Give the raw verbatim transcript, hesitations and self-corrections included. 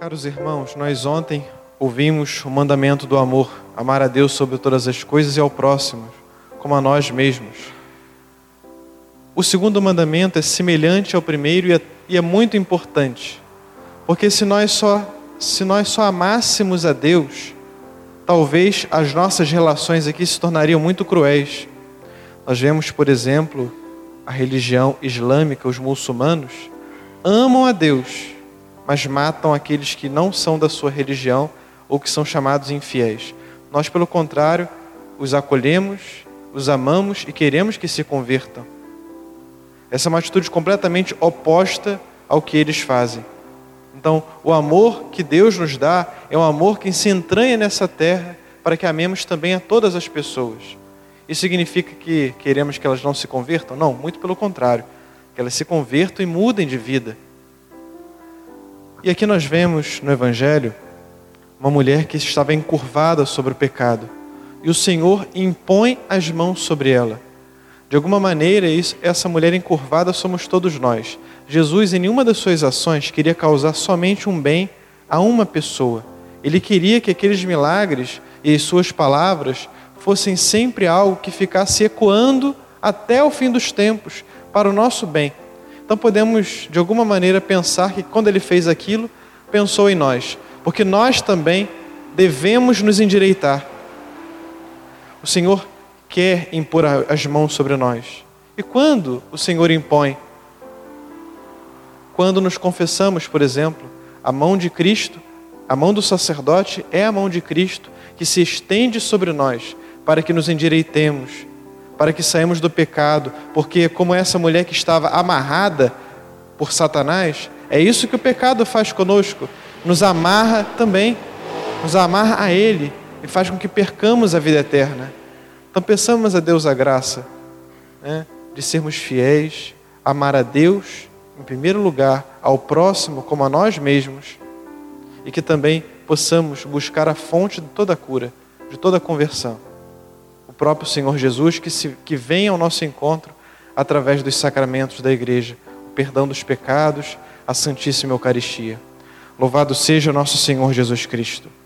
Caros irmãos, nós ontem ouvimos o mandamento do amor, amar a Deus sobre todas as coisas e ao próximo, como a nós mesmos. O segundo mandamento é semelhante ao primeiro e é, e é muito importante, porque se nós, só, se nós só amássemos a Deus, talvez as nossas relações aqui se tornariam muito cruéis. Nós vemos, por exemplo, a religião islâmica, os muçulmanos, amam a Deus, mas matam aqueles que não são da sua religião ou que são chamados infiéis. Nós, pelo contrário, os acolhemos, os amamos e queremos que se convertam. Essa é uma atitude completamente oposta ao que eles fazem. Então, o amor que Deus nos dá é um amor que se entranha nessa terra para que amemos também a todas as pessoas. Isso significa que queremos que elas não se convertam? Não, muito pelo contrário. Que elas se convertam e mudem de vida. E aqui nós vemos no Evangelho uma mulher que estava encurvada sobre o pecado. E o Senhor impõe as mãos sobre ela. De alguma maneira, isso, essa mulher encurvada somos todos nós. Jesus, em nenhuma das suas ações, queria causar somente um bem a uma pessoa. Ele queria que aqueles milagres e as suas palavras fossem sempre algo que ficasse ecoando até o fim dos tempos, para o nosso bem. Então podemos, de alguma maneira, pensar que quando ele fez aquilo, pensou em nós. Porque nós também devemos nos endireitar. O Senhor quer impor as mãos sobre nós. E quando o Senhor impõe? Quando nos confessamos, por exemplo, a mão de Cristo, a mão do sacerdote é a mão de Cristo que se estende sobre nós para que nos endireitemos, para que saímos do pecado, porque como essa mulher que estava amarrada por Satanás, é isso que o pecado faz conosco, nos amarra também, nos amarra a Ele e faz com que percamos a vida eterna. Então peçamos a Deus a graça, né, de sermos fiéis, amar a Deus em primeiro lugar, ao próximo como a nós mesmos, e que também possamos buscar a fonte de toda a cura, de toda a conversão. O próprio Senhor Jesus que, se, que vem ao nosso encontro através dos sacramentos da igreja, o perdão dos pecados, a Santíssima Eucaristia. Louvado seja o nosso Senhor Jesus Cristo.